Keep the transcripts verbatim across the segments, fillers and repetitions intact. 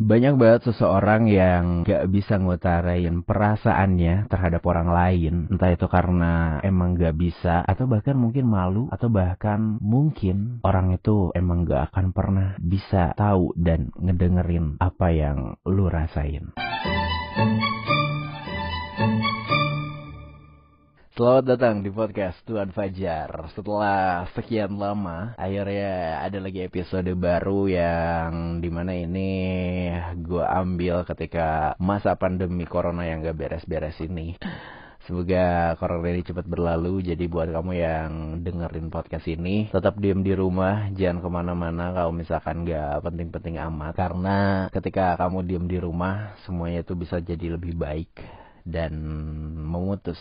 Banyak banget seseorang yang gak bisa ngutarain perasaannya terhadap orang lain. Entah itu karena emang gak bisa, atau bahkan mungkin malu, atau bahkan mungkin orang itu emang gak akan pernah bisa tahu dan ngedengerin apa yang lu rasain. Selamat datang di podcast Tuan Fajar. Setelah sekian lama, akhirnya ada lagi episode baru yang dimana ini gue ambil ketika masa pandemi corona yang gak beres-beres ini. Semoga corona ini cepat berlalu. Jadi buat kamu yang dengerin podcast ini, tetap diem di rumah, jangan kemana-mana kalau misalkan gak penting-penting amat. Karena ketika kamu diem di rumah, semuanya itu bisa jadi lebih baik dan memutus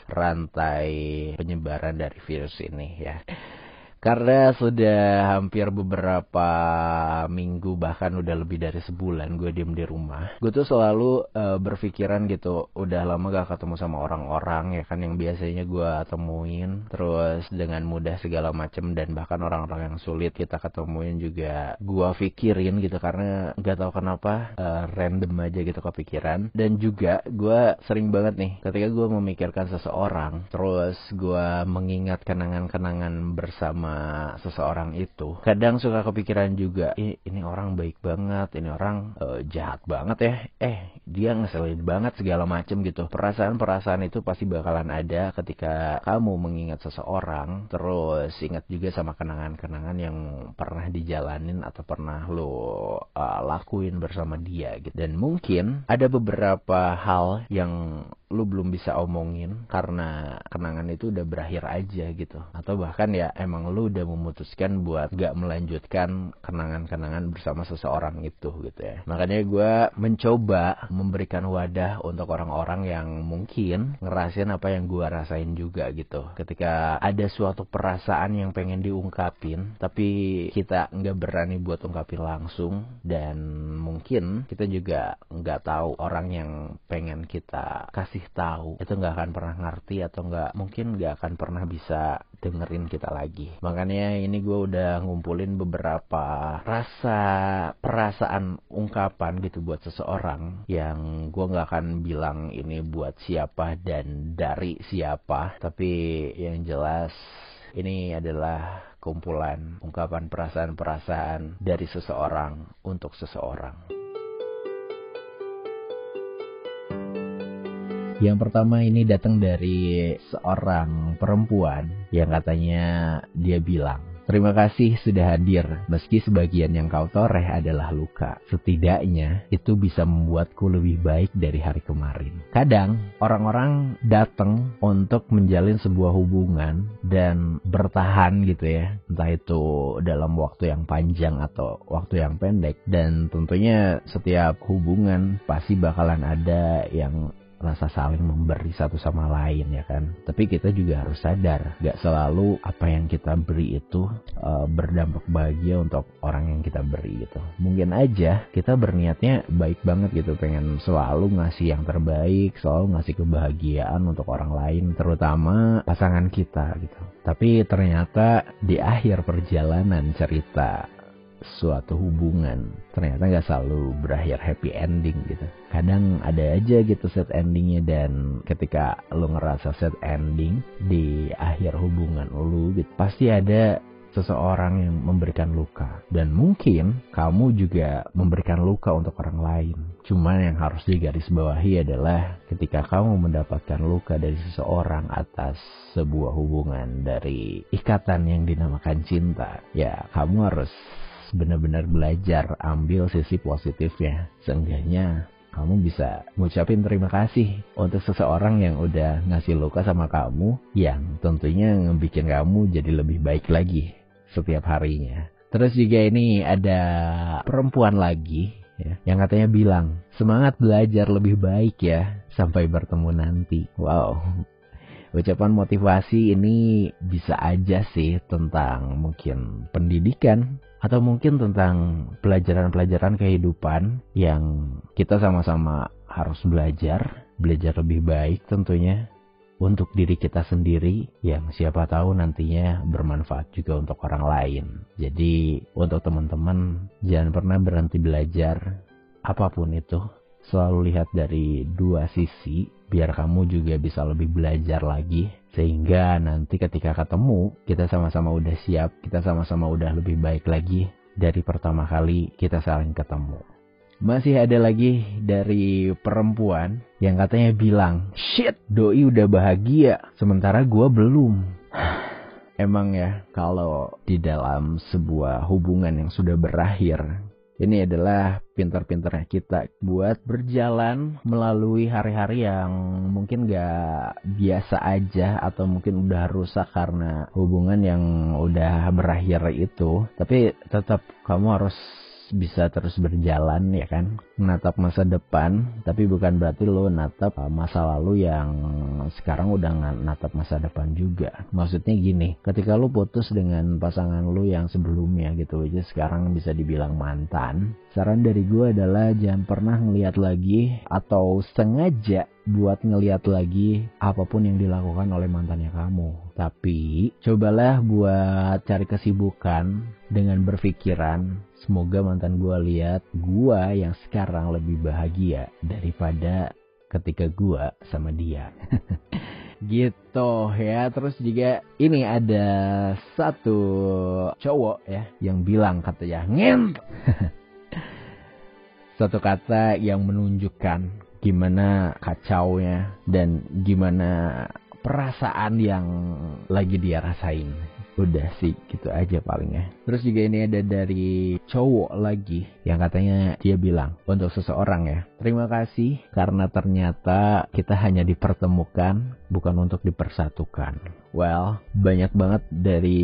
rantai penyebaran dari virus ini ya. Karena sudah hampir beberapa minggu, bahkan udah lebih dari sebulan gue diem di rumah, gue tuh selalu uh, berpikiran gitu, udah lama gak ketemu sama orang-orang ya kan, yang biasanya gue temuin terus dengan mudah segala macem, dan bahkan orang-orang yang sulit kita ketemuin juga gue pikirin gitu, karena gak tahu kenapa uh, random aja gitu kepikiran. Dan juga gue sering banget nih ketika gue memikirkan seseorang, terus gue mengingat kenangan-kenangan bersama seseorang itu, kadang suka kepikiran juga, ini orang baik banget, ini orang uh, jahat banget ya, eh dia ngeselin banget segala macem gitu. Perasaan-perasaan itu pasti bakalan ada ketika kamu mengingat seseorang, terus ingat juga sama kenangan-kenangan yang pernah dijalanin atau pernah lo uh, lakuin bersama dia gitu. Dan mungkin ada beberapa hal yang lu belum bisa omongin karena kenangan itu udah berakhir aja gitu, atau bahkan ya emang lu udah memutuskan buat gak melanjutkan kenangan-kenangan bersama seseorang itu gitu ya. Makanya gue mencoba memberikan wadah untuk orang-orang yang mungkin ngerasain apa yang gue rasain juga gitu. Ketika ada suatu perasaan yang pengen diungkapin tapi kita gak berani buat ungkapin langsung, dan mungkin kita juga gak tahu orang yang pengen kita kasih tahu itu nggak akan pernah ngerti, atau nggak mungkin nggak akan pernah bisa dengerin kita lagi. Makanya ini gue udah ngumpulin beberapa rasa perasaan ungkapan gitu buat seseorang, yang gue nggak akan bilang ini buat siapa dan dari siapa, tapi yang jelas ini adalah kumpulan ungkapan perasaan-perasaan dari seseorang untuk seseorang. Yang pertama ini datang dari seorang perempuan yang katanya dia bilang, terima kasih sudah hadir, meski sebagian yang kau toreh adalah luka. Setidaknya itu bisa membuatku lebih baik dari hari kemarin. Kadang orang-orang datang untuk menjalin sebuah hubungan dan bertahan gitu ya, entah itu dalam waktu yang panjang atau waktu yang pendek. Dan tentunya setiap hubungan pasti bakalan ada yang rasa saling memberi satu sama lain ya kan. Tapi kita juga harus sadar, gak selalu apa yang kita beri itu uh, berdampak bahagia untuk orang yang kita beri gitu. Mungkin aja kita berniatnya baik banget gitu, pengen selalu ngasih yang terbaik, selalu ngasih kebahagiaan untuk orang lain, terutama pasangan kita gitu. Tapi ternyata di akhir perjalanan cerita suatu hubungan ternyata gak selalu berakhir happy ending gitu. Kadang ada aja gitu sad endingnya, dan ketika lu ngerasa sad ending di akhir hubungan lu gitu, pasti ada seseorang yang memberikan luka, dan mungkin kamu juga memberikan luka untuk orang lain. Cuman yang harus digarisbawahi adalah ketika kamu mendapatkan luka dari seseorang atas sebuah hubungan dari ikatan yang dinamakan cinta, ya kamu harus benar-benar belajar ambil sisi positifnya. Seenggaknya kamu bisa ngucapin terima kasih untuk seseorang yang udah ngasih luka sama kamu, yang tentunya ngebikin kamu jadi lebih baik lagi setiap harinya. Terus juga ini ada perempuan lagi ya, yang katanya bilang, semangat belajar lebih baik ya, sampai bertemu nanti. Wow, ucapan motivasi ini bisa aja sih tentang mungkin pendidikan, atau mungkin tentang pelajaran-pelajaran kehidupan yang kita sama-sama harus belajar, belajar lebih baik tentunya untuk diri kita sendiri, yang siapa tahu nantinya bermanfaat juga untuk orang lain. Jadi untuk teman-teman, jangan pernah berhenti belajar, apapun itu, selalu lihat dari dua sisi, biar kamu juga bisa lebih belajar lagi. Sehingga nanti ketika ketemu, kita sama-sama udah siap, kita sama-sama udah lebih baik lagi dari pertama kali kita saling ketemu. Masih ada lagi dari perempuan yang katanya bilang, shit, doi udah bahagia, sementara gua belum. Emang ya, kalau di dalam sebuah hubungan yang sudah berakhir, ini adalah pintar-pintarnya kita buat berjalan melalui hari-hari yang mungkin gak biasa aja, atau mungkin udah rusak karena hubungan yang udah berakhir itu. Tapi tetap kamu harus bisa terus berjalan, ya kan, menatap masa depan. Tapi bukan berarti lo natap masa lalu yang sekarang udah natap masa depan juga. Maksudnya gini, ketika lo putus dengan pasangan lo yang sebelumnya gitu aja, sekarang bisa dibilang mantan, saran dari gue adalah jangan pernah ngelihat lagi atau sengaja buat ngelihat lagi apapun yang dilakukan oleh mantannya kamu. Tapi cobalah buat cari kesibukan dengan berpikiran, semoga mantan gue lihat gue yang sekarang lebih bahagia daripada ketika gue sama dia. Gitu ya. Terus juga ini ada satu cowok ya yang bilang katanya ngent. Satu kata yang menunjukkan gimana kacaunya dan gimana perasaan yang lagi dia rasain. Udah sih gitu aja palingnya. Terus juga ini ada dari cowok lagi yang katanya dia bilang untuk seseorang ya, terima kasih karena ternyata kita hanya dipertemukan bukan untuk dipersatukan. Well, banyak banget dari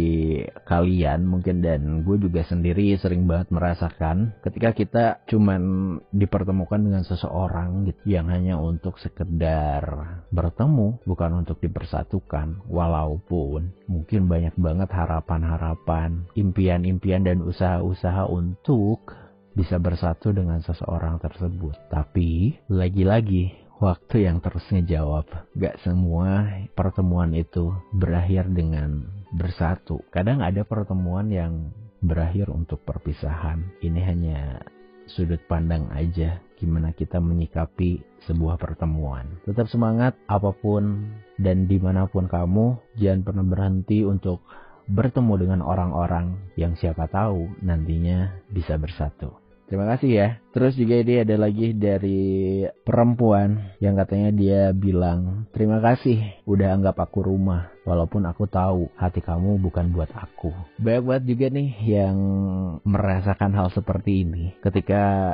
kalian mungkin, dan gue juga sendiri sering banget merasakan ketika kita cuman dipertemukan dengan seseorang gitu yang hanya untuk sekedar bertemu, bukan untuk dipersatukan. Walaupun mungkin banyak banget harapan-harapan, impian-impian dan usaha-usaha untuk bisa bersatu dengan seseorang tersebut. Tapi lagi-lagi waktu yang terus ngejawab. Gak semua pertemuan itu berakhir dengan bersatu. Kadang ada pertemuan yang berakhir untuk perpisahan. Ini hanya sudut pandang aja gimana kita menyikapi sebuah pertemuan. Tetap semangat apapun dan dimanapun kamu. Jangan pernah berhenti untuk bertemu dengan orang-orang yang siapa tahu nantinya bisa bersatu. Terima kasih ya. Terus juga ini ada lagi dari perempuan yang katanya dia bilang, terima kasih udah anggap aku rumah, walaupun aku tahu hati kamu bukan buat aku. Banyak banget juga nih yang merasakan hal seperti ini ketika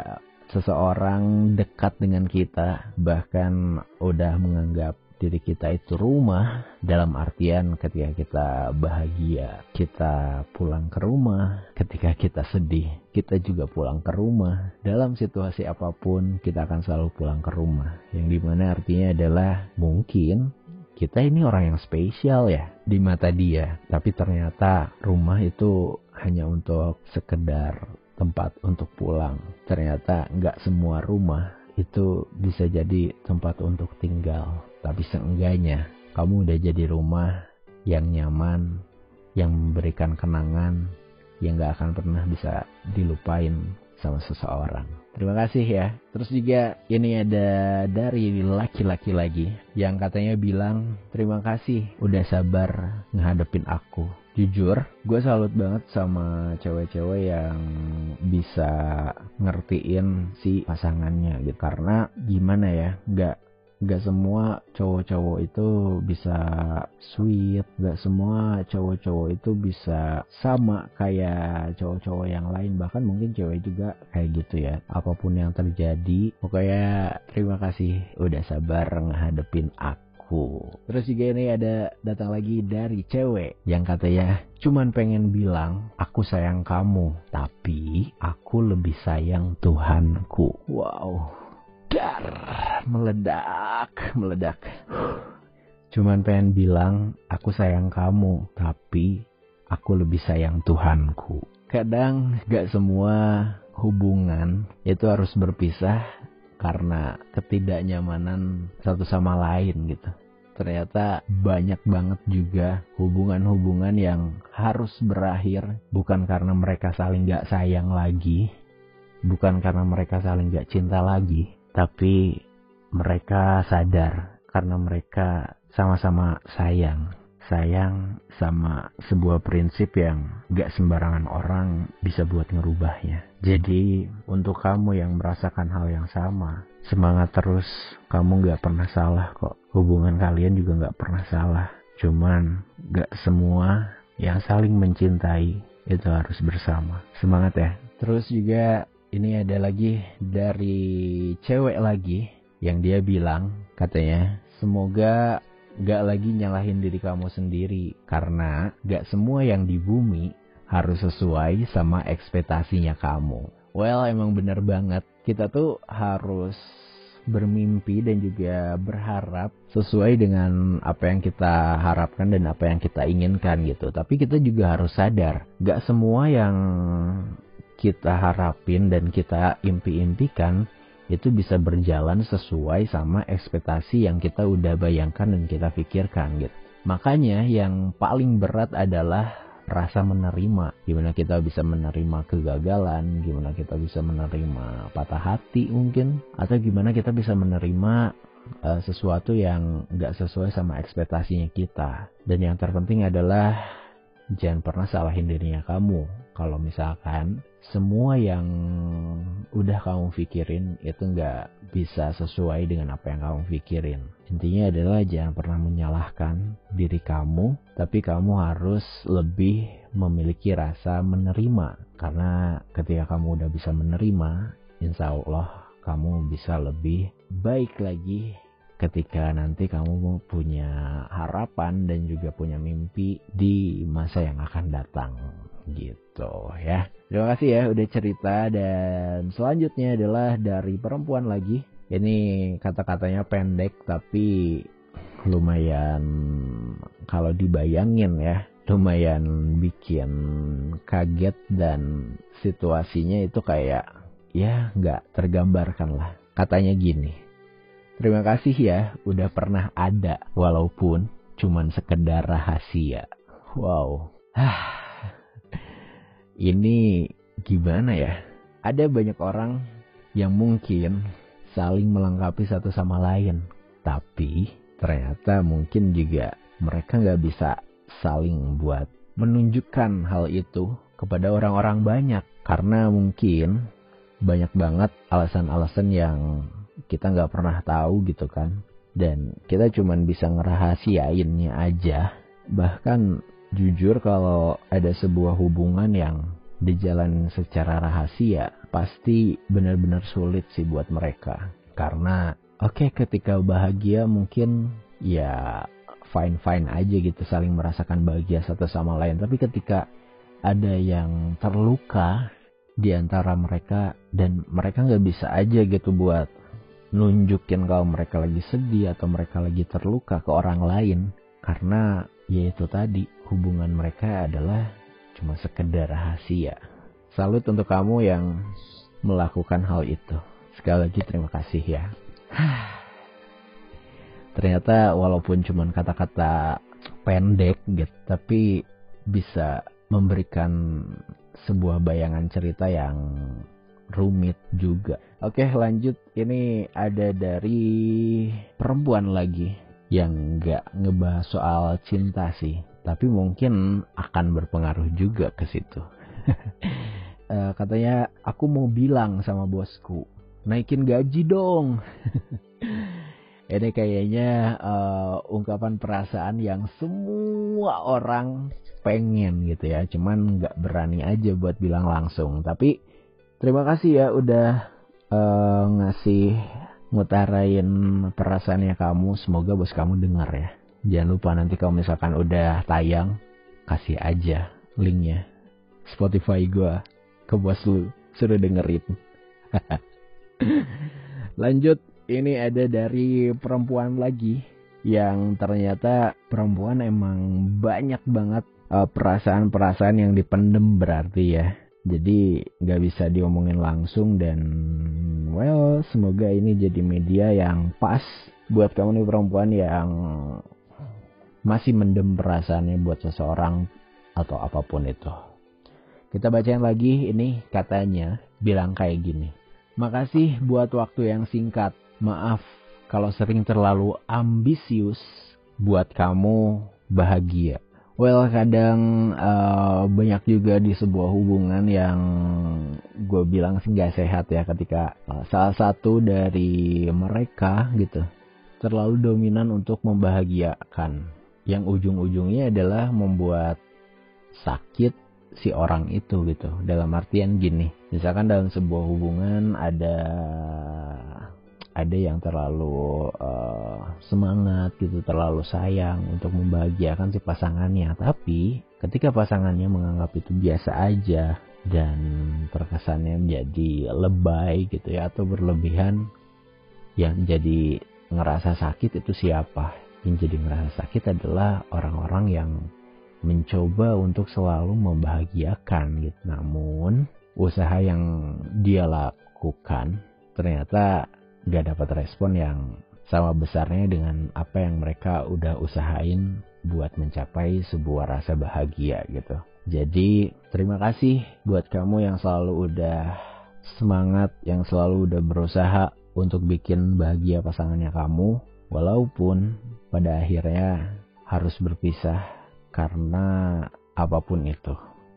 seseorang dekat dengan kita, bahkan udah menganggap diri kita itu rumah, dalam artian ketika kita bahagia kita pulang ke rumah, ketika kita sedih kita juga pulang ke rumah. Dalam situasi apapun kita akan selalu pulang ke rumah, yang dimana artinya adalah mungkin kita ini orang yang spesial ya di mata dia, tapi ternyata rumah itu hanya untuk sekedar tempat untuk pulang. Ternyata nggak semua rumah itu bisa jadi tempat untuk tinggal. Tapi seenggaknya kamu udah jadi rumah yang nyaman, yang memberikan kenangan, yang gak akan pernah bisa dilupain sama seseorang. Terima kasih ya. Terus juga ini ada dari laki-laki lagi yang katanya bilang, terima kasih udah sabar ngehadapin aku. Jujur, gue salut banget sama cewek-cewek yang bisa ngertiin si pasangannya gitu. Karena gimana ya, gak Gak semua cowok-cowok itu bisa sweet, gak semua cowok-cowok itu bisa sama kayak cowok-cowok yang lain. Bahkan mungkin cewek juga kayak gitu ya. Apapun yang terjadi, pokoknya terima kasih udah sabar ngehadepin aku. Terus juga ini ada datang lagi dari cewek yang katanya cuman pengen bilang aku sayang kamu, tapi aku lebih sayang Tuhanku. Wow. Dar, meledak, meledak. Cuman pengen bilang aku sayang kamu, tapi aku lebih sayang Tuhanku. Kadang gak semua hubungan itu harus berpisah karena ketidaknyamanan satu sama lain gitu. Ternyata banyak banget juga hubungan-hubungan yang harus berakhir bukan karena mereka saling gak sayang lagi, bukan karena mereka saling gak cinta lagi, tapi mereka sadar karena mereka sama-sama sayang. Sayang sama sebuah prinsip yang gak sembarangan orang bisa buat ngerubahnya. Jadi untuk kamu yang merasakan hal yang sama, semangat terus. Kamu gak pernah salah kok. Hubungan kalian juga gak pernah salah. Cuman gak semua yang saling mencintai itu harus bersama. Semangat ya. Terus juga ini ada lagi dari cewek lagi yang dia bilang, katanya, semoga gak lagi nyalahin diri kamu sendiri, karena gak semua yang di bumi harus sesuai sama ekspektasinya kamu. Well, emang bener banget. Kita tuh harus bermimpi dan juga berharap sesuai dengan apa yang kita harapkan dan apa yang kita inginkan gitu. Tapi kita juga harus sadar, gak semua yang kita harapin dan kita impi-impikan itu bisa berjalan sesuai sama ekspektasi yang kita udah bayangkan dan kita pikirkan gitu. Makanya yang paling berat adalah rasa menerima. Gimana kita bisa menerima kegagalan, gimana kita bisa menerima patah hati mungkin, atau gimana kita bisa menerima uh, sesuatu yang gak sesuai sama ekspektasinya kita. Dan yang terpenting adalah jangan pernah salahin dirinya kamu. Kalau misalkan semua yang udah kamu pikirin itu gak bisa sesuai dengan apa yang kamu pikirin. Intinya adalah jangan pernah menyalahkan diri kamu, tapi kamu harus lebih memiliki rasa menerima. Karena ketika kamu udah bisa menerima, insya Allah kamu bisa lebih baik lagi ketika nanti kamu punya harapan dan juga punya mimpi di masa yang akan datang gitu ya. Terima kasih ya udah cerita. Dan selanjutnya adalah dari perempuan lagi. Ini kata-katanya pendek tapi lumayan, kalau dibayangin ya, lumayan bikin kaget dan situasinya itu kayak ya gak tergambarkan lah. Katanya gini, terima kasih ya udah pernah ada walaupun cuman sekedar rahasia. Wow. Ini gimana ya? Ada banyak orang yang mungkin saling melengkapi satu sama lain, tapi ternyata mungkin juga mereka gak bisa saling buat menunjukkan hal itu kepada orang-orang banyak. Karena mungkin banyak banget alasan-alasan yang kita gak pernah tahu gitu kan. Dan kita cuman bisa ngerahasiainnya aja. Bahkan jujur kalau ada sebuah hubungan yang dijalani secara rahasia, pasti benar-benar sulit sih buat mereka. Karena oke okay, ketika bahagia mungkin ya fine-fine aja gitu, saling merasakan bahagia satu sama lain. Tapi ketika ada yang terluka di antara mereka dan mereka gak bisa aja gitu buat nunjukin kalau mereka lagi sedih atau mereka lagi terluka ke orang lain, karena ya itu tadi, hubungan mereka adalah cuma sekedar rahasia. Salut untuk kamu yang melakukan hal itu. Sekali lagi terima kasih ya. Ternyata walaupun cuma kata-kata pendek gitu, tapi bisa memberikan sebuah bayangan cerita yang rumit juga. Oke, lanjut. Ini ada dari perempuan lagi yang gak ngebahas soal cinta sih, tapi mungkin akan berpengaruh juga ke situ. uh, katanya, aku mau bilang sama bosku, naikin gaji dong. Ini kayaknya uh, ungkapan perasaan yang semua orang pengen gitu ya, cuman gak berani aja buat bilang langsung. Tapi terima kasih ya udah uh, ngasih ngutarain perasaannya kamu. Semoga bos kamu dengar ya. Jangan lupa nanti kalau misalkan udah tayang, kasih aja linknya Spotify gue ke bos lu, suruh dengerin. Lanjut, ini ada dari perempuan lagi yang ternyata perempuan emang banyak banget uh, perasaan-perasaan yang dipendem berarti ya. Jadi gak bisa diomongin langsung. Dan well, semoga ini jadi media yang pas buat kamu nih perempuan yang masih mendem perasaannya buat seseorang atau apapun itu. Kita bacain lagi, ini katanya bilang kayak gini. Makasih buat waktu yang singkat. Maaf kalau sering terlalu ambisius buat kamu bahagia. Well, kadang uh, banyak juga di sebuah hubungan yang gue bilang sih gak sehat ya, ketika uh, salah satu dari mereka gitu terlalu dominan untuk membahagiakan, yang ujung-ujungnya adalah membuat sakit si orang itu gitu. Dalam artian gini, misalkan dalam sebuah hubungan ada ada yang terlalu uh, semangat gitu, terlalu sayang untuk membahagiakan si pasangannya, tapi ketika pasangannya menganggap itu biasa aja dan terkesannya menjadi lebay gitu ya, atau berlebihan, yang jadi ngerasa sakit itu siapa? Yang jadi ngerasa sakit adalah orang-orang yang mencoba untuk selalu membahagiakan gitu. Namun usaha yang dia lakukan ternyata gak dapat respon yang sama besarnya dengan apa yang mereka udah usahain buat mencapai sebuah rasa bahagia gitu. Jadi terima kasih buat kamu yang selalu udah semangat, yang selalu udah berusaha untuk bikin bahagia pasangannya kamu, walaupun pada akhirnya harus berpisah karena apapun itu.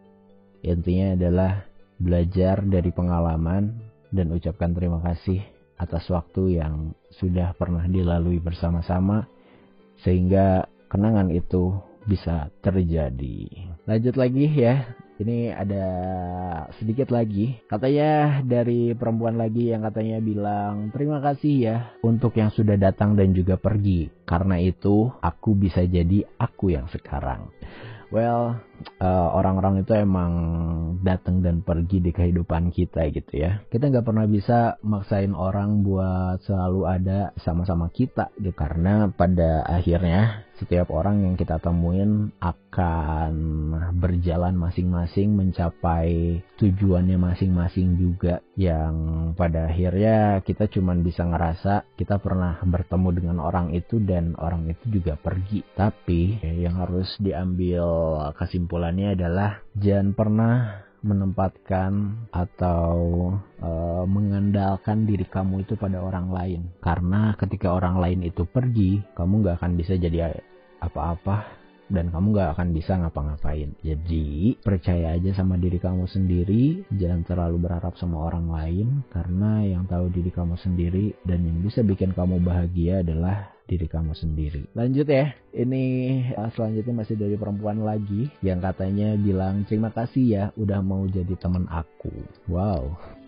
Intinya adalah belajar dari pengalaman dan ucapkan terima kasih atas waktu yang sudah pernah dilalui bersama-sama, sehingga kenangan itu bisa terjadi. Lanjut lagi ya, ini ada sedikit lagi. Katanya dari perempuan lagi yang katanya bilang, terima kasih ya untuk yang sudah datang dan juga pergi. Karena itu aku bisa jadi aku yang sekarang. Well, uh, orang-orang itu emang datang dan pergi di kehidupan kita gitu ya. Kita nggak pernah bisa maksain orang buat selalu ada sama-sama kita gitu. Karena pada akhirnya setiap orang yang kita temuin akan berjalan masing-masing mencapai tujuannya masing-masing juga. Yang pada akhirnya kita cuman bisa ngerasa kita pernah bertemu dengan orang itu dan orang itu juga pergi. Tapi yang harus diambil kesimpulannya adalah jangan pernah menempatkan atau e, mengandalkan diri kamu itu pada orang lain. Karena ketika orang lain itu pergi, kamu gak akan bisa jadi apa-apa dan kamu gak akan bisa ngapa-ngapain. Jadi percaya aja sama diri kamu sendiri, jangan terlalu berharap sama orang lain, karena yang tahu diri kamu sendiri dan yang bisa bikin kamu bahagia adalah diri kamu sendiri. Lanjut ya, ini uh, selanjutnya masih dari perempuan lagi yang katanya bilang, terima kasih ya udah mau jadi teman aku. Wow,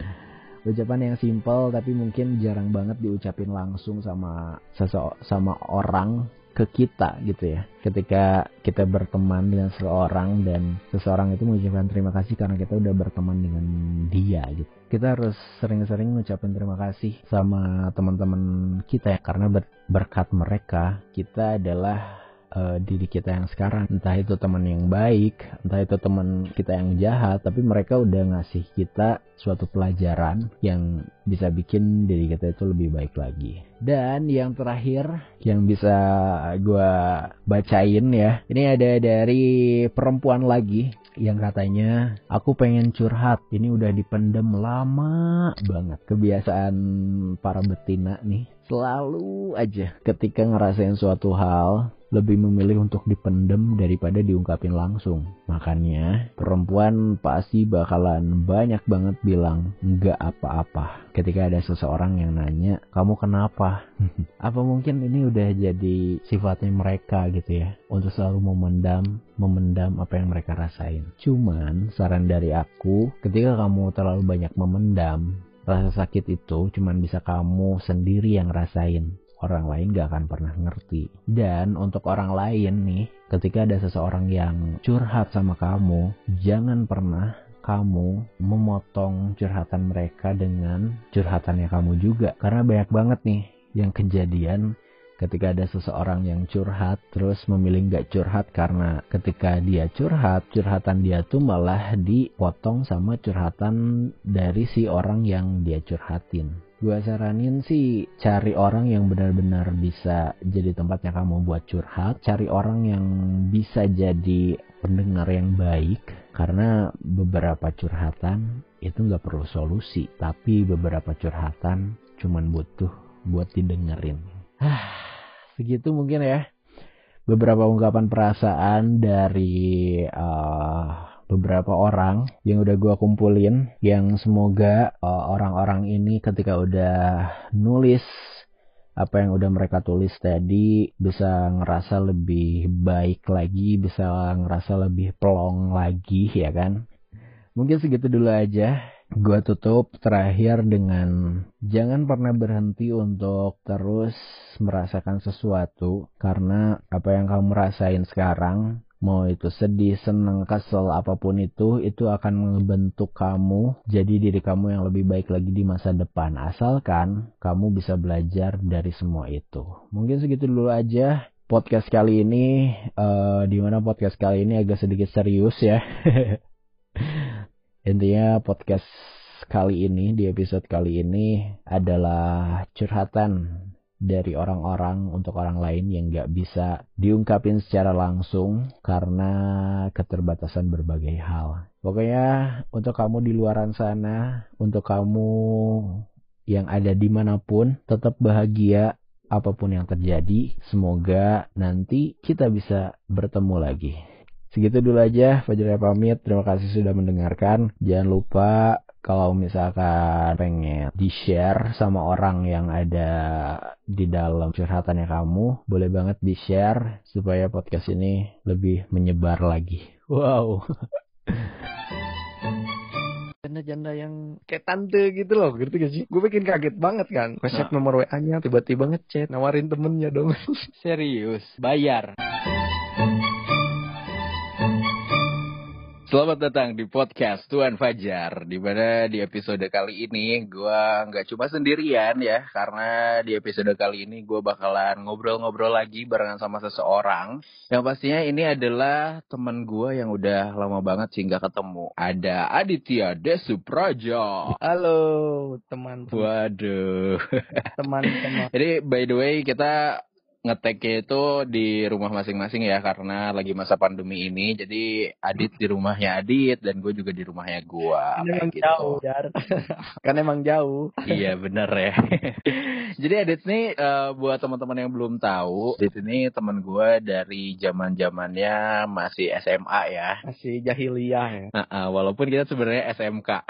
ucapan yang simple tapi mungkin jarang banget diucapin langsung sama sese- sama orang ke kita gitu ya. Ketika kita berteman dengan seseorang dan seseorang itu mengucapkan terima kasih karena kita udah berteman dengan dia gitu. Kita harus sering-sering mengucapkan terima kasih sama teman-teman kita ya, karena ber- berkat mereka kita adalah uh, diri kita yang sekarang. Entah itu teman yang baik, entah itu teman kita yang jahat, tapi mereka udah ngasih kita suatu pelajaran yang bisa bikin diri kita itu lebih baik lagi. Dan yang terakhir yang bisa gue bacain ya, ini ada dari perempuan lagi yang katanya, aku pengen curhat, ini udah dipendem lama banget. Kebiasaan para betina nih, selalu aja ketika ngerasain suatu hal lebih memilih untuk dipendem daripada diungkapin langsung. Makanya perempuan pasti bakalan banyak banget bilang nggak apa-apa ketika ada seseorang yang nanya, kamu kenapa? Apa mungkin ini udah jadi sifatnya mereka gitu ya, untuk selalu memendam memendam apa yang mereka rasain. Cuman saran dari aku, ketika kamu terlalu banyak memendam, rasa sakit itu cuman bisa kamu sendiri yang rasain. Orang lain gak akan pernah ngerti. Dan untuk orang lain nih, ketika ada seseorang yang curhat sama kamu, jangan pernah kamu memotong curhatan mereka dengan curhatannya kamu juga. Karena banyak banget nih yang kejadian ketika ada seseorang yang curhat terus memilih gak curhat, karena ketika dia curhat, curhatan dia tuh malah dipotong sama curhatan dari si orang yang dia curhatin. Gue saranin sih cari orang yang benar-benar bisa jadi tempatnya kamu buat curhat. Cari orang yang bisa jadi pendengar yang baik. Karena beberapa curhatan itu gak perlu solusi, tapi beberapa curhatan cuman butuh buat didengerin. Hah, segitu mungkin ya beberapa ungkapan perasaan dari uh, beberapa orang yang udah gue kumpulin, yang semoga uh, orang-orang ini ketika udah nulis apa yang udah mereka tulis tadi bisa ngerasa lebih baik lagi, bisa ngerasa lebih plong lagi, ya kan? Mungkin segitu dulu aja. Gue tutup terakhir dengan jangan pernah berhenti untuk terus merasakan sesuatu, karena apa yang kamu rasain sekarang, mau itu sedih, seneng, kesel, apapun itu, itu akan membentuk kamu jadi diri kamu yang lebih baik lagi di masa depan. Asalkan kamu bisa belajar dari semua itu. Mungkin segitu dulu aja podcast kali ini, uh, dimana podcast kali ini agak sedikit serius ya. Intinya podcast kali ini, di episode kali ini adalah curhatan dari orang-orang untuk orang lain yang gak bisa diungkapin secara langsung karena keterbatasan berbagai hal. Pokoknya untuk kamu di luaran sana, untuk kamu yang ada dimanapun, tetap bahagia apapun yang terjadi. Semoga nanti kita bisa bertemu lagi. Segitu dulu aja, Fajar pamit. Terima kasih sudah mendengarkan. Jangan lupa kalau misalkan pengen di-share sama orang yang ada di dalam curhatannya kamu, boleh banget di-share supaya podcast ini lebih menyebar lagi. Wow. Janda-janda yang kayak tante gitu loh, ngerti gak sih? Gue bikin kaget banget kan. Reset nah. Nomor W A-nya, tiba-tiba ngechat, nawarin temennya dong. Serius, bayar. Selamat datang di podcast Tuan Fajar, di mana di episode kali ini gue nggak cuma sendirian ya, karena di episode kali ini gue bakalan ngobrol-ngobrol lagi barengan sama seseorang yang pastinya ini adalah teman gue yang udah lama banget sih nggak ketemu. Ada Aditya Desupraja. Halo teman. Waduh. Teman-teman. Jadi by the way kita ngeteknya itu di rumah masing-masing ya, karena lagi masa pandemi ini. Jadi Adit di rumahnya Adit dan gue juga di rumahnya gue. Kan emang gitu. Jauh, Jar. Kan emang jauh. Iya bener ya. Jadi Adit nih uh, buat teman-teman yang belum tahu, Adit ini teman gue dari zaman-zamannya masih S M A ya. Masih jahiliyah ya. Nah, uh, walaupun kita sebenarnya S M K.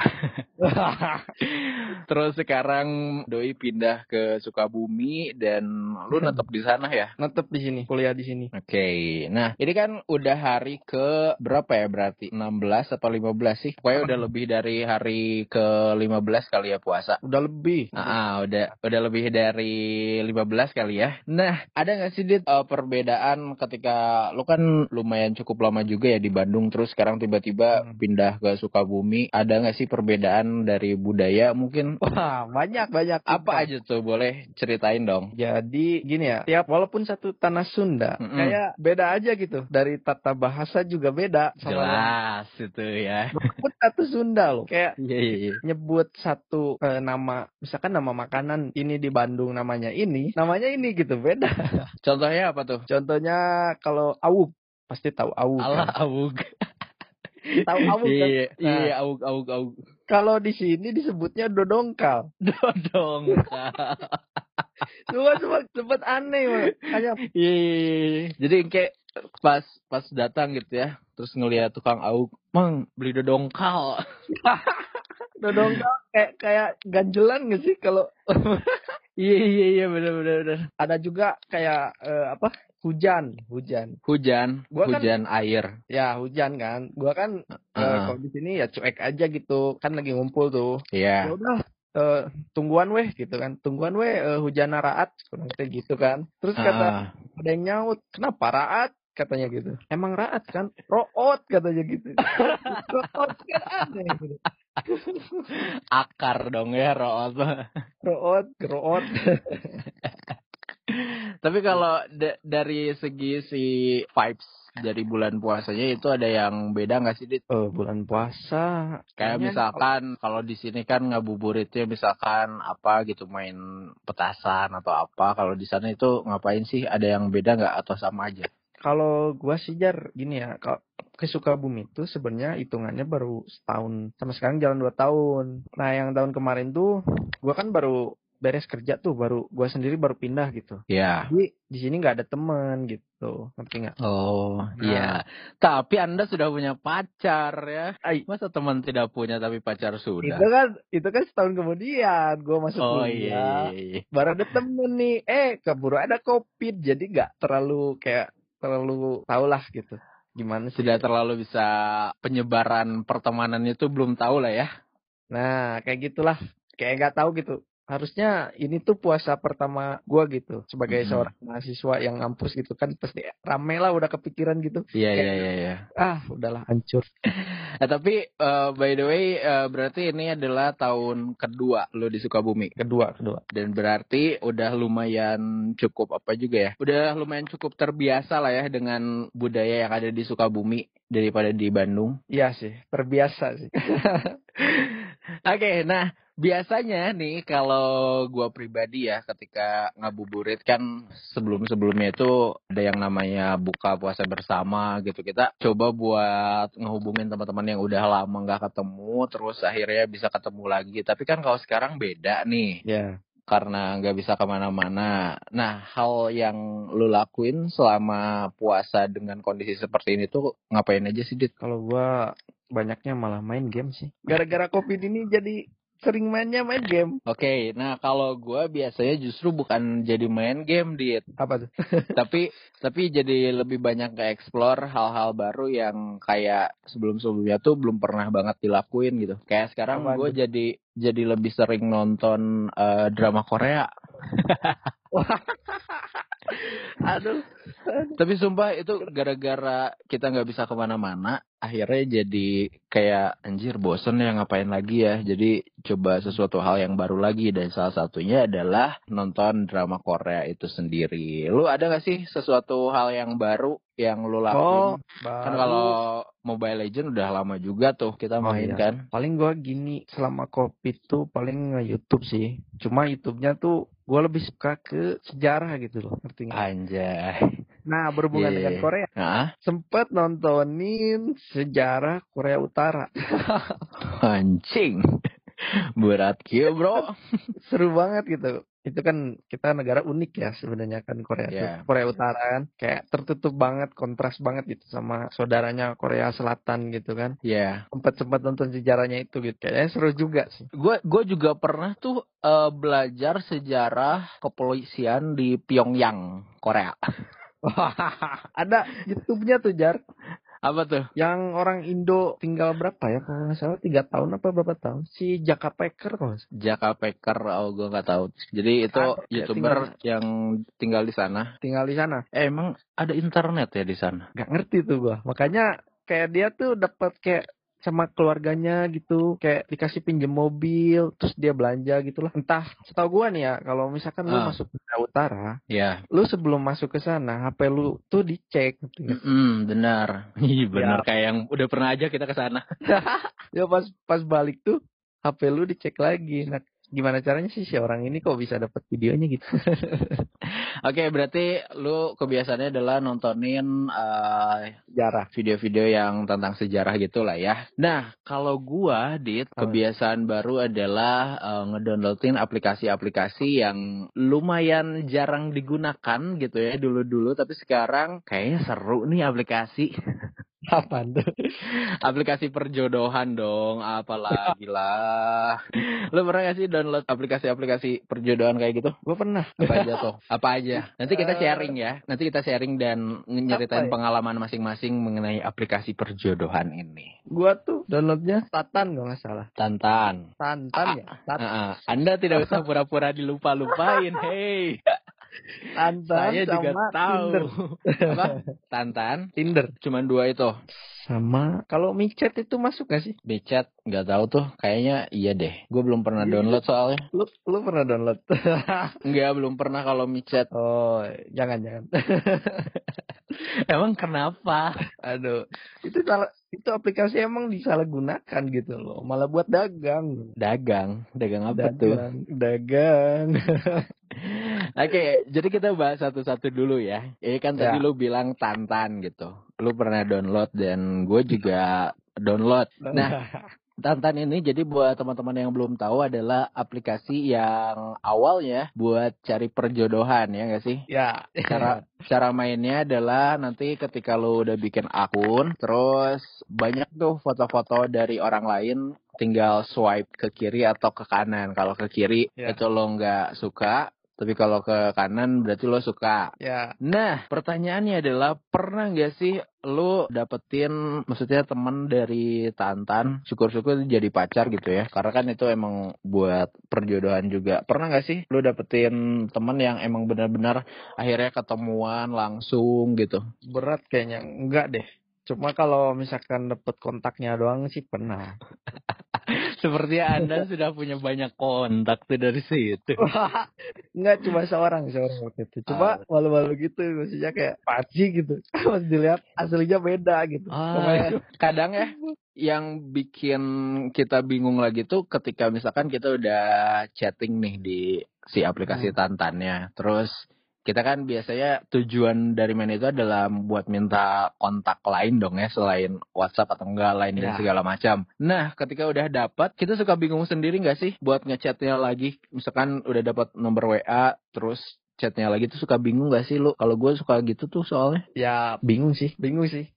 Terus sekarang doi pindah ke Sukabumi dan lu netep di sana ya? Netep di sini, kuliah di sini. Oke. Okay. Nah, ini kan udah hari ke berapa ya berarti? enam belas atau lima belas sih? Pokoknya udah lebih dari hari ke lima belas kali ya puasa. Udah lebih. Ah, udah udah lebih dari lima belas kali ya. Nah, ada enggak sih Dit uh, perbedaan ketika lu kan lumayan cukup lama juga ya di Bandung, terus sekarang tiba-tiba hmm. pindah ke Sukabumi. Ada enggak sih perbedaan dari budaya mungkin? Wah, banyak banyak. Apa aja tuh, boleh ceritain dong. Jadi gini ya, tiap walaupun satu tanah Sunda, mm-mm. kayak beda aja gitu. Dari tata bahasa juga beda. Sama jelas yang... itu ya. Walaupun satu Sunda loh. Kayak yeah, yeah, yeah. nyebut satu eh, nama, misalkan nama makanan ini di Bandung namanya ini, namanya ini gitu, beda. Contohnya apa tuh? Contohnya kalau awuk, pasti tahu awuk. Alah kan? awuk. Tahu awuk kan? Iya, nah, iya awuk awuk awuk. Kalau di sini disebutnya dodongkal. Dodongkal. Cuma cuma cepet aneh banget. Kayak iya, jadi kayak pas pas datang gitu ya, terus ngelihat tukang awuk, "Mang, beli dodongkal." Dodongkal kayak kayak ganjelan nggak sih kalau? Iya iya iya benar benar benar. Ada juga kayak uh, apa? Hujan, hujan. Hujan, gua hujan kan, air. Ya, hujan kan. Gua kan uh. uh, kalau di sini ya cuek aja gitu. Kan lagi ngumpul tuh. Iya. Yeah. Ya udah uh, tungguan weh gitu kan. Tungguan weh uh, hujan raat seperti gitu kan. Terus kata uh. ada yang nyaut, "Kenapa raat?" katanya gitu. "Emang raat kan?" "Root," katanya gitu. Root kan aneh gitu. Akar dong ya root. Root, root. Tapi kalau d- dari segi si vibes dari bulan puasanya itu ada yang beda nggak sih Dit? Oh, bulan puasa. Kayak misalkan kalau di sini kan ngabuburitnya misalkan apa gitu, main petasan atau apa. Kalau di sana itu ngapain sih? Ada yang beda nggak atau sama aja? Kalau gua sih Jar gini ya, kalau ke Sukabumi itu sebenarnya hitungannya baru setahun, sama sekarang jalan dua tahun. Nah yang tahun kemarin tuh gua kan baru beres kerja tuh, baru gua sendiri baru pindah gitu. Ya. Jadi di sini nggak ada teman gitu, ngerti nggak? Oh Nah, iya. Tapi Anda sudah punya pacar ya? ay, Masa teman tidak punya tapi pacar sudah? itu kan itu kan setahun kemudian gua masuk Oh iya, iya, kuliah, iya. baru ada temen nih. Eh keburu ada COVID, jadi nggak terlalu kayak terlalu tau lah gitu. Gimana sih? Tidak terlalu bisa penyebaran pertemanannya itu belum tahu lah ya. Nah, kayak gitulah. Kayak nggak tahu gitu. Harusnya ini tuh puasa pertama gua gitu. Sebagai Mm-mm. seorang mahasiswa yang ngampus gitu kan. Pasti rame lah udah kepikiran gitu. Iya, Kayak, iya, iya, iya. ah, udahlah hancur. Eh, tapi uh, by the way, uh, berarti ini adalah tahun kedua lo di Sukabumi. Kedua, kedua. Dan berarti udah lumayan cukup apa juga ya? Udah lumayan cukup terbiasa lah ya dengan budaya yang ada di Sukabumi daripada di Bandung. Iya sih, terbiasa sih. Oke, okay, nah biasanya nih kalau gua pribadi ya ketika ngabuburit kan sebelum-sebelumnya itu ada yang namanya buka puasa bersama gitu. Kita coba buat ngehubungin teman-teman yang udah lama nggak ketemu, terus akhirnya bisa ketemu lagi. Tapi kan kalau sekarang beda nih. Ya. Yeah. Karena nggak bisa kemana-mana. Nah, hal yang lu lakuin selama puasa dengan kondisi seperti ini tuh ngapain aja sih, Dit? Kalau gua banyaknya malah main game sih. Gara-gara COVID ini jadi sering mainnya main game. Oke, okay, nah kalau gua biasanya justru bukan jadi main game, Dit. Apa tuh? tapi tapi jadi lebih banyak ke explore hal-hal baru yang kayak sebelum-sebelumnya tuh belum pernah banget dilakuin gitu. Kayak sekarang gue jadi jadi lebih sering nonton uh, drama Korea. Aduh. Tapi sumpah itu gara-gara kita nggak bisa kemana-mana, akhirnya jadi kayak anjir bosen ya ngapain lagi ya. Jadi coba sesuatu hal yang baru lagi, dan salah satunya adalah nonton drama Korea itu sendiri. Lu ada nggak sih sesuatu hal yang baru yang lu lakuin? Oh, kan kalau Mobile Legends udah lama juga tuh kita main oh, iya. kan. Paling gue gini, selama COVID tuh paling nge-YouTube sih. Cuma YouTube-nya tuh gue lebih suka ke sejarah gitu loh, ngerti nggak? Anjay. Nah, berhubungan yeah. dengan Korea. Nah? Sempet nontonin sejarah Korea Utara. Anjing. Berat kia, bro. Seru banget gitu. Itu kan kita negara unik ya sebenarnya kan Korea yeah. Korea Utara kan kayak tertutup banget, kontras banget gitu sama saudaranya Korea Selatan gitu kan. Iya. Yeah. Sempat-sempat nonton sejarahnya itu gitu. Kayaknya seru juga sih. Gue gue juga pernah tuh uh, belajar sejarah kepolisian di Pyongyang, Korea. Ada YouTube-nya tuh, Jar. Apa tuh? Yang orang Indo tinggal berapa ya? Kalau nggak salah tiga tahun apa berapa tahun? Si Jaka Peker kok. Jaka Peker, oh gue nggak tahu. Jadi itu ah, YouTuber ya, tinggal, yang tinggal di sana. Tinggal di sana. Eh, emang ada internet ya di sana? Gak ngerti tuh gue. Makanya kayak dia tuh dapat kayak sama keluarganya gitu, kayak dikasih pinjem mobil, terus dia belanja gitulah. Entah, setahu gua nih ya, kalau misalkan uh. lu masuk ke Utara, yeah. lu sebelum masuk ke sana, H P lu tuh dicek. Mm-mm, benar, Ih, benar ya. Kayak yang udah pernah aja kita ke sana. Ya pas pas balik tuh, H P lu dicek lagi. Nah, gimana caranya sih si orang ini kok bisa dapat videonya gitu? Oke, okay, berarti lu kebiasaannya adalah nontonin uh, sejarah, video-video yang tentang sejarah gitu lah ya. Nah, kalau gua, Dit, oh. kebiasaan baru adalah uh, ngedownloadin aplikasi-aplikasi yang lumayan jarang digunakan gitu ya dulu-dulu, tapi sekarang kayaknya seru nih aplikasi. Apa tuh? Aplikasi perjodohan dong, apalagi lah. Lo pernah gak sih download aplikasi-aplikasi perjodohan kayak gitu? Gue pernah. Apa aja tuh? Apa aja? Nanti kita sharing ya. Nanti kita sharing dan nyeritain ya? Pengalaman masing-masing mengenai aplikasi perjodohan ini. Gua tuh downloadnya Tatan kalau nggak salah. Tantan. Tantan ya? Tantan. Uh, uh. Anda tidak usah pura-pura dilupa-lupain, hey. Tantan saya juga sama tahu. Tinder. Apa? Tantan, Tinder. Cuman dua itu. Sama kalau micet itu masuk gak sih? Micet nggak tahu tuh. Kayaknya iya deh. Gue belum pernah download soalnya. Lu lu pernah download? Enggak, belum pernah kalau micet. Oh, jangan jangan. Emang kenapa? Aduh, itu salah, itu aplikasi emang disalahgunakan gitu loh. Malah buat dagang. Dagang? Dagang apa dagang, tuh? Dagang. Oke, jadi kita bahas satu-satu dulu ya. Ini kan tadi Ya. lu bilang Tantan gitu. Lu pernah download dan gue juga download. Nah, Tantan ini jadi buat teman-teman yang belum tahu adalah aplikasi yang awalnya buat cari perjodohan ya nggak sih? Ya. Cara cara mainnya adalah nanti ketika lu udah bikin akun, terus banyak tuh foto-foto dari orang lain, tinggal swipe ke kiri atau ke kanan. Kalau ke kiri Ya. itu lo nggak suka, tapi kalau ke kanan berarti lo suka. Ya. Nah, pertanyaannya adalah pernah nggak sih lo dapetin, maksudnya teman dari Tantan, syukur-syukur jadi pacar gitu ya? Karena kan itu emang buat perjodohan juga. Pernah nggak sih lo dapetin teman yang emang benar-benar akhirnya ketemuan langsung gitu? Berat kayaknya. Enggak deh. Cuma kalau misalkan dapet kontaknya doang sih pernah. Sepertinya Anda sudah punya banyak kontak tuh dari situ. Enggak cuma seorang, seorang waktu itu. Cuma Ah. malu-malu gitu, maksudnya kayak paci gitu. Pas dilihat aslinya beda gitu. Sama Ah, itu. kadang ya yang bikin kita bingung lagi tuh ketika misalkan kita udah chatting nih di si aplikasi Hmm. Tantannya. Terus kita kan biasanya tujuan dari main itu adalah buat minta kontak lain dong ya, selain WhatsApp atau enggak lain dan Ya. segala macam. Nah, ketika udah dapat, kita suka bingung sendiri nggak sih buat ngechatnya lagi? Misalkan udah dapat nomor W A, terus chatnya lagi tuh suka bingung nggak sih lu? Kalau gue suka gitu tuh soalnya. Ya bingung sih, bingung sih.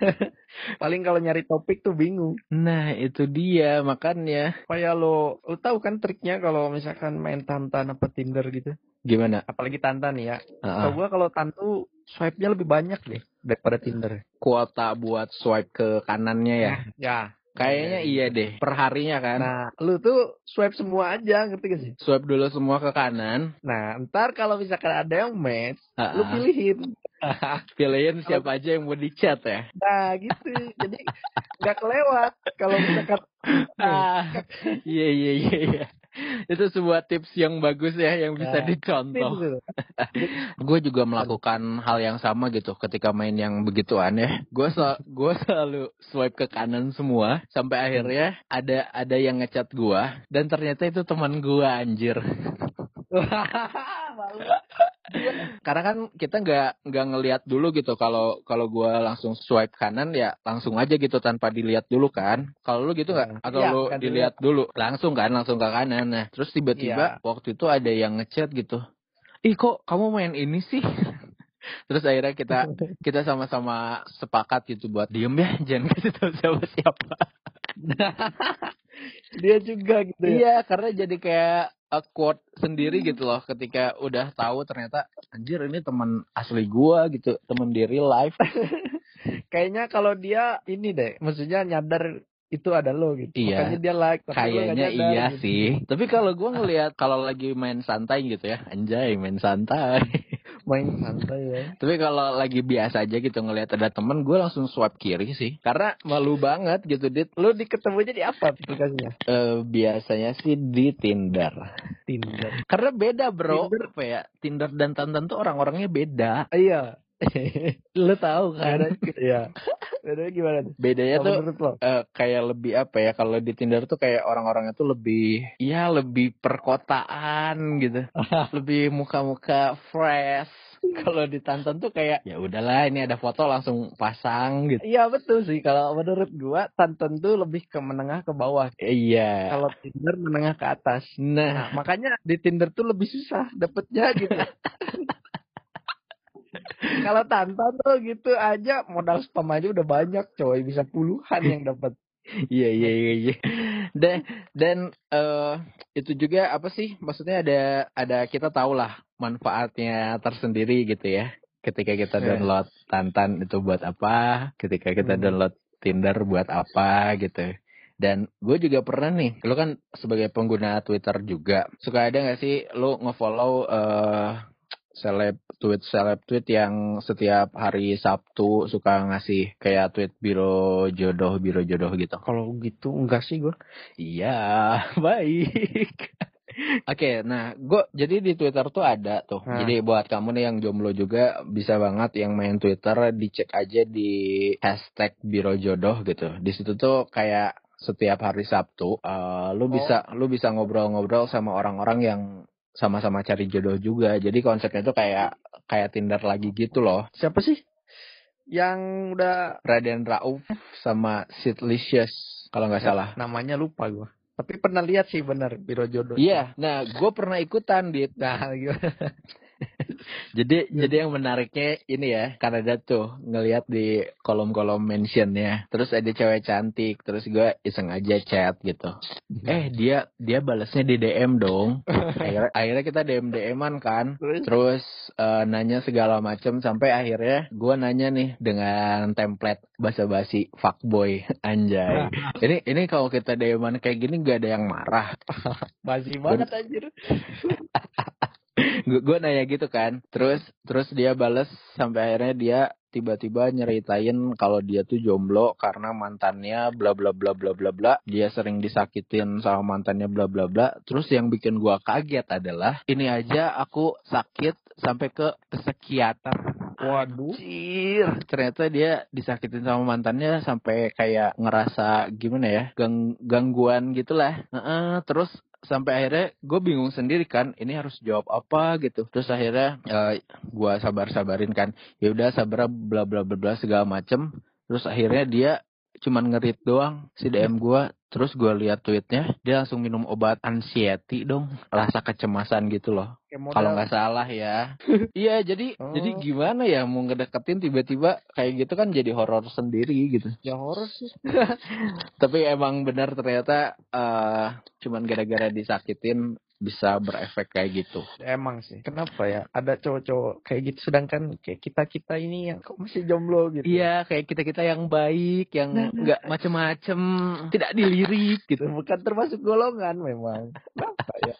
Paling kalau nyari topik tuh bingung. Nah, itu dia makanya. Kayak lo, lo tahu kan triknya kalau misalkan main Tantan apa Tinder gitu. Gimana? Apalagi Tantan nih ya. Uh-uh. Tau gua kalau Tantan tuh swipe-nya lebih banyak deh daripada Tinder. Kuota buat swipe ke kanannya ya? Ya. Kayaknya iya deh, perharinya kan. Nah, lu tuh swipe semua aja, ngerti gak sih? Swipe dulu semua ke kanan. Nah, ntar kalau misalkan ada yang match, Uh-uh. lu pilihin. Pilihin siapa aja yang mau dicat ya? Nah, gitu. Jadi nggak kelewat kalau misalkan. Ah, iya iya iya iya. Itu sebuah tips yang bagus ya, yang bisa Nah, dicontoh. gitu. Gue juga melakukan hal yang sama gitu ketika main yang begituan ya. Gue sel- gue selalu swipe ke kanan semua sampai akhirnya ada ada yang ngechat gue dan ternyata itu teman gue anjir. Malu. Karena kan kita nggak nggak ngelihat dulu gitu. Kalau kalau gue langsung swipe kanan ya langsung aja gitu tanpa dilihat dulu kan. Kalau lu gitu nggak? Atau Iya, lu nggak dilihat dulu langsung kan langsung ke kanan. Nah terus tiba-tiba Iya. waktu itu ada yang ngechat gitu. Ih kok kamu main ini sih? Terus akhirnya kita kita sama-sama sepakat gitu buat diem ya, jangan kasih tahu siapa-siapa. Dia juga gitu ya. Iya, karena jadi kayak awkward sendiri gitu loh ketika udah tahu ternyata anjir ini teman asli gua gitu, teman di real life. Kayaknya kalau dia ini deh, maksudnya nyadar itu ada lo gitu. Iya. Makanya dia like. Tapi kayaknya lo nyadar, iya gitu. sih. Tapi kalau gua ngelihat kalau lagi main santai gitu ya, anjay main santai. Main santai ya. Tapi kalau lagi biasa aja gitu ngelihat ada temen, gue langsung swipe kiri sih. Karena malu banget gitu, Dit. Lo diketemunya di apa aplikasinya? Uh, biasanya sih di Tinder. Tinder. Karena beda bro. Tinder. Apa ya? Tinder dan Tantan tuh orang-orangnya beda. Iya. Lo tahu kan? Iya. Bedanya gimana tuh? Bedanya Kalau tuh menurut lo? uh, kayak lebih apa ya? Kalau di Tinder tuh kayak orang-orangnya tuh lebih, ya lebih perkotaan gitu. Lebih muka-muka fresh. Kalau di Tantan tuh kayak ya udahlah ini ada foto langsung pasang gitu. Iya betul sih. Kalau menurut gua Tantan tuh lebih ke menengah ke bawah. Iya. Kalau Tinder menengah ke atas. Nah, Nah makanya di Tinder tuh lebih susah dapetnya gitu. Kalau Tantan tuh gitu aja modal spam aja udah banyak coy, bisa puluhan yang dapat. Iya iya iya iya. Dan dan uh, itu juga apa sih? Maksudnya ada ada kita tahu lah manfaatnya tersendiri gitu ya. Ketika kita download Tantan itu buat apa? Ketika kita hmm. download Tinder buat apa gitu. Dan gue juga pernah nih, lu kan sebagai pengguna Twitter juga, suka ada nggak sih lu ngefollow uh, seleb tweet seleb tweet yang setiap hari Sabtu suka ngasih kayak tweet biro jodoh biro jodoh gitu? Kalau gitu enggak sih gue. Iya, baik. Oke, okay, nah gue jadi di Twitter tuh ada tuh. Nah. Jadi buat kamu nih yang jomblo juga bisa banget yang main Twitter dicek aja di hashtag biro jodoh gitu. Di situ tuh kayak setiap hari Sabtu, uh, lu oh. bisa lu bisa ngobrol-ngobrol sama orang-orang yang sama-sama cari jodoh juga. Jadi konsepnya tuh kayak kayak Tinder lagi gitu loh. Siapa sih yang udah Raden Rauf sama Sidlicious kalau nggak salah. Namanya lupa gue. Tapi pernah lihat sih benar Biro Jodoh. Iya, nah gue pernah ikutan dit. Nah, gimana? Jadi jadi yang menariknya ini ya, karena ada tuh ngelihat di kolom-kolom mentionnya, terus ada cewek cantik, terus gue iseng aja chat gitu. Eh dia dia balasnya di D M dong. Akhirnya, akhirnya kita D M D M-an kan, terus uh, nanya segala macem sampai akhirnya gue nanya nih dengan template basa-basi fuckboy anjay. Ini ini kalau kita D M-an kayak gini gak ada yang marah. Basi banget anjir. Gue nanya gitu kan, terus terus dia bales sampai akhirnya dia tiba-tiba nyeritain kalau dia tuh jomblo karena mantannya bla bla bla bla bla bla, dia sering disakitin sama mantannya bla bla bla. Terus yang bikin gue kaget adalah ini aja aku sakit sampai ke psikiater. Waduh. Anjir, ternyata dia disakitin sama mantannya sampai kayak ngerasa gimana ya, gang gangguan gitulah. Uh-uh, terus sampai akhirnya gue bingung sendiri kan, ini harus jawab apa gitu. Terus akhirnya uh, gue sabar-sabarin kan, ya udah sabar bla bla bla bla segala macem. Terus akhirnya dia cuman ngerit doang si D M gue. Terus gue lihat tweetnya, dia langsung minum obat anxiety dong, rasa kecemasan gitu loh. Kalau nggak salah ya. Iya, jadi oh. jadi gimana ya mau ngedeketin tiba-tiba kayak gitu kan jadi horor sendiri gitu. Ya horor sih. Tapi emang benar ternyata uh, cuman gara-gara disakitin bisa berefek kayak gitu. Emang sih. Kenapa ya? Ada cowok-cowok kayak gitu sedangkan kayak kita-kita ini yang kok masih jomblo gitu. Iya, kayak kita-kita yang baik, yang enggak nah, macem-macem, tidak dilirik gitu. Bukan termasuk golongan memang. Kenapa ya?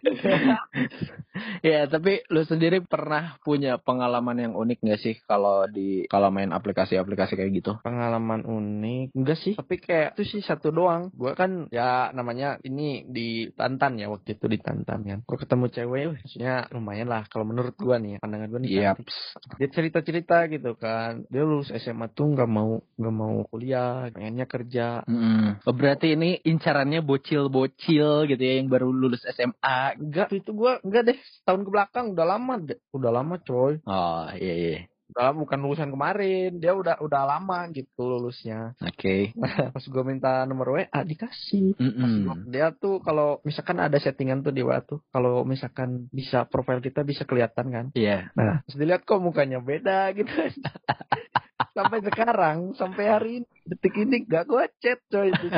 Ya, tapi lu sendiri pernah punya pengalaman yang unik gak sih kalau di kalau main aplikasi-aplikasi kayak gitu? Pengalaman unik enggak sih, tapi kayak itu sih satu doang. Gua kan ya namanya ini di Tantan ya, waktu itu di Tantan kan. Gua ketemu cewek, maksudnya lumayan lah kalau menurut gua nih, pandangan gua nih. Yep. Dia cerita-cerita gitu kan. Dia lulus S M A tuh nggak mau nggak mau kuliah, pengennya kerja. Hmm. Oh, berarti ini incarannya bocil-bocil gitu ya yang baru lulus S M A. Enggak, itu gua enggak deh. Tahun ke belakang udah lama deh. Udah lama coy. Oh iya iya. Udah bukan lulusan kemarin, dia udah udah lama gitu lulusnya. Oke. Okay. Pas gue minta nomor W A dikasih. Mm-mm. Dia tuh kalau misalkan ada settingan tuh di W A tuh, kalau misalkan bisa profil kita bisa kelihatan kan. Iya. Yeah. Nah, terus dilihat kok mukanya beda gitu. Sampai sekarang, sampai hari ini, detik ini gak gue chat coy itu.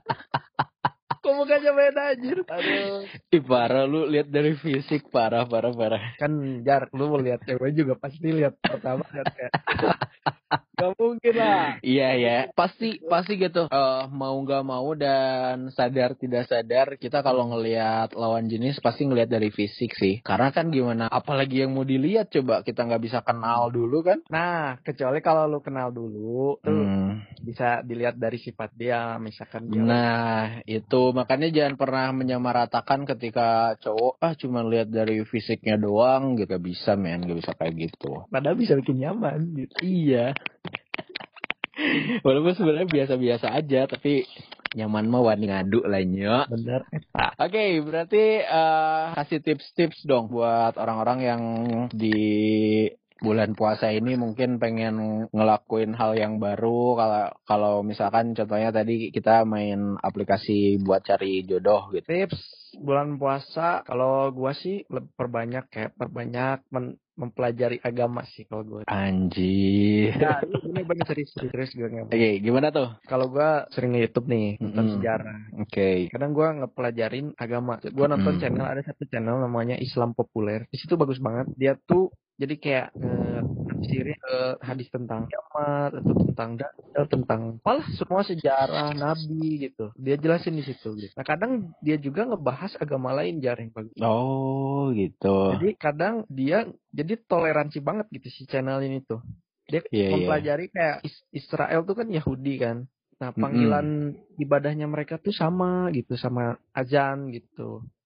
Kok mukanya beda anjir. Aduh. Ih parah, lu lihat dari fisik parah parah parah. Kan Jar, lu mau lihat cewek juga pasti lihat pertama lihat kayak gak mungkin lah. Iya ya, pasti pasti gitu. Uh, mau nggak mau dan sadar tidak sadar kita kalau ngelihat lawan jenis pasti ngelihat dari fisik sih. Karena kan gimana? Apalagi yang mau dilihat coba, kita nggak bisa kenal dulu kan? Nah, kecuali kalau lu kenal dulu tuh hmm. bisa dilihat dari sifat dia, misalkan dia. Nah itu makanya jangan pernah menyamaratakan ketika cowok ah cuma lihat dari fisiknya doang, gak bisa men, gak bisa kayak gitu. Padahal bisa bikin nyaman gitu. Iya. Walaupun sebenarnya biasa-biasa aja, tapi nyaman mah wani ngadu lainnya. Bener. Oke, okay, berarti uh, kasih tips-tips dong buat orang-orang yang di bulan puasa ini mungkin pengen ngelakuin hal yang baru. Kalau kalau misalkan contohnya tadi kita main aplikasi buat cari jodoh gitu. Tips bulan puasa kalau gua sih perbanyak kayak perbanyak men- mempelajari agama sih kalau gue. Anjir. Ya, ini bener serius serius gue nggak. Oke, okay, gimana tuh? Kalau gue sering nge-YouTube nih, nonton mm-hmm. sejarah. Oke. Okay. Kadang gue ngepelajarin agama. Gue nonton mm-hmm. channel, ada satu channel namanya Islam Populer. Di situ bagus banget. Dia tuh jadi kayak nge-tafsirin uh, hadis tentang kiamat atau tentang dajjal, tentang malah semua sejarah nabi gitu. Dia jelasin di situ gitu. Nah, kadang dia juga ngebahas agama lain jar yang bagus. Oh, gitu. Jadi kadang dia jadi toleransi banget gitu si channel ini tuh. Dia yeah, mempelajari yeah. kayak Israel tuh kan Yahudi kan. Nah, panggilan mm-hmm. ibadahnya mereka tuh sama gitu, sama azan gitu.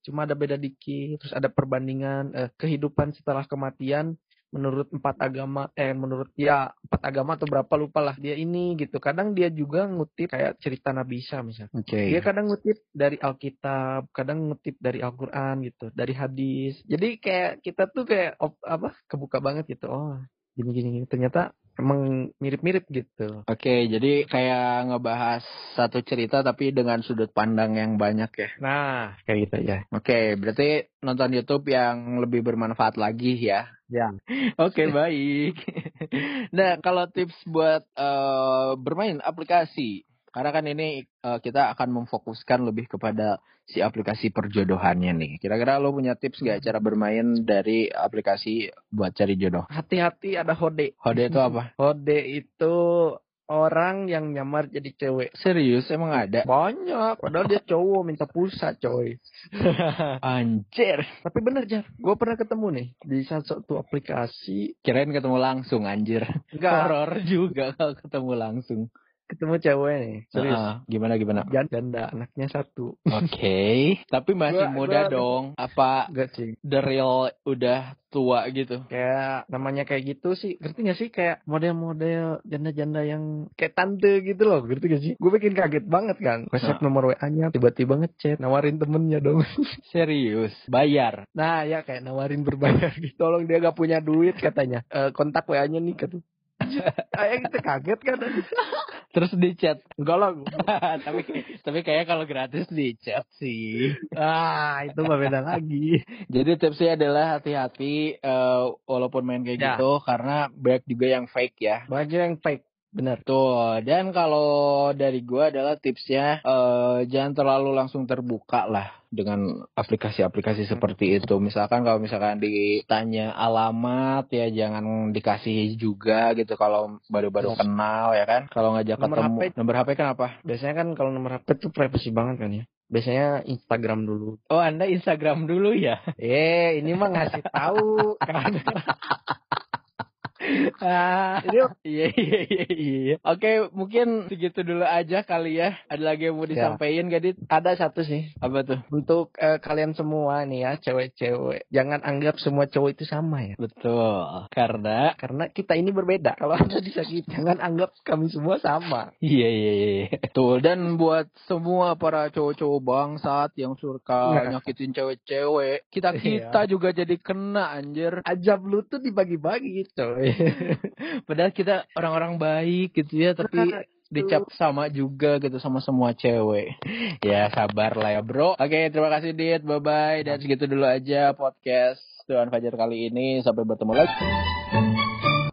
cuma ada beda dikit. Terus ada perbandingan eh, kehidupan setelah kematian menurut empat agama, eh menurut ya empat agama atau berapa lupa lah dia ini gitu. Kadang dia juga ngutip kayak cerita Nabi Isa misalnya. Oke. Dia kadang ngutip dari Alkitab, kadang ngutip dari Al-Quran gitu, dari hadis. Jadi kayak kita tuh kayak op, apa kebuka banget gitu. Oh gini-gini ternyata emang mirip-mirip gitu. Oke, jadi kayak ngebahas satu cerita tapi dengan sudut pandang yang banyak ya. Nah, kayak gitu ya. Oke, berarti nonton YouTube yang lebih bermanfaat lagi ya. Ya. Oke, baik. Nah, kalau tips buat uh, bermain aplikasi, karena kan ini uh, kita akan memfokuskan lebih kepada si aplikasi perjodohannya nih. Kira-kira lo punya tips nggak cara bermain dari aplikasi buat cari jodoh? Hati-hati ada hode. Hode itu apa? Hode itu orang yang nyamar jadi cewek. Serius emang ada? Banyak. Padahal dia cowok minta pulsa coy. Anjir. Tapi bener Jar, gue pernah ketemu nih di satu aplikasi. Kirain ketemu langsung anjir. Enggak. Horor juga kalau ketemu langsung. Ketemu cewek nih. Serius. Uh, gimana gimana? Janda, anaknya satu. Oke. Okay. Tapi masih gua, muda gua, dong. Apa? Enggak sih. The real udah tua gitu. Kayak namanya kayak gitu sih. Ngerti gak sih kayak model-model janda-janda yang kayak tante gitu loh. Ngerti gak sih? Gue bikin kaget banget kan. Gue save nomor W A-nya, tiba-tiba ngechat, nawarin temennya dong. Serius? Bayar? Nah ya kayak nawarin berbayar gitu. Tolong dia gak punya duit katanya. E, kontak W A-nya nih katanya. Kayak kita kaget kan. Terus di chat. Enggak lah. tapi tapi kayak kalau gratis di chat sih. Ah, itu mah beda lagi. Jadi tipsnya adalah hati-hati uh, walaupun main kayak ya. gitu karena banyak juga yang fake ya. Banyak yang fake. Benar. Tuh, dan kalau dari gue adalah tipsnya uh, jangan terlalu langsung terbuka lah dengan aplikasi-aplikasi seperti itu. Misalkan kalau misalkan ditanya alamat ya jangan dikasih juga gitu kalau baru-baru kenal ya kan. Kalau ngajak nomor ketemu. H P, nomor H P kenapa? Biasanya kan kalau nomor H P tuh privacy banget kan ya. Biasanya Instagram dulu. Oh, Anda Instagram dulu ya? Eh, ini mah ngasih tahu kan. Ah, iya iya iya iya. Oke, mungkin segitu dulu aja kali ya. Ada lagi yang mau disampaikan, ya. Gadit? Ada satu sih. Apa tuh? Untuk uh, kalian semua nih ya, cewek-cewek, jangan anggap semua cowok itu sama ya. Betul. Karena karena kita ini berbeda. Kalau Anda disakiti, jangan anggap kami semua sama. Iya iya iya. Tuh, dan buat semua para cowok-cowok bangsat yang suka nah. nyakitin cewek-cewek, kita kita iya. juga jadi kena anjir. Ajab lu tuh dibagi-bagi coy. Padahal kita orang-orang baik gitu ya, tapi dicap sama juga gitu sama semua cewek. Ya sabar lah ya bro. Oke, terima kasih Dit, bye bye. Dan segitu dulu aja podcast Tuan Fajar kali ini. Sampai bertemu lagi.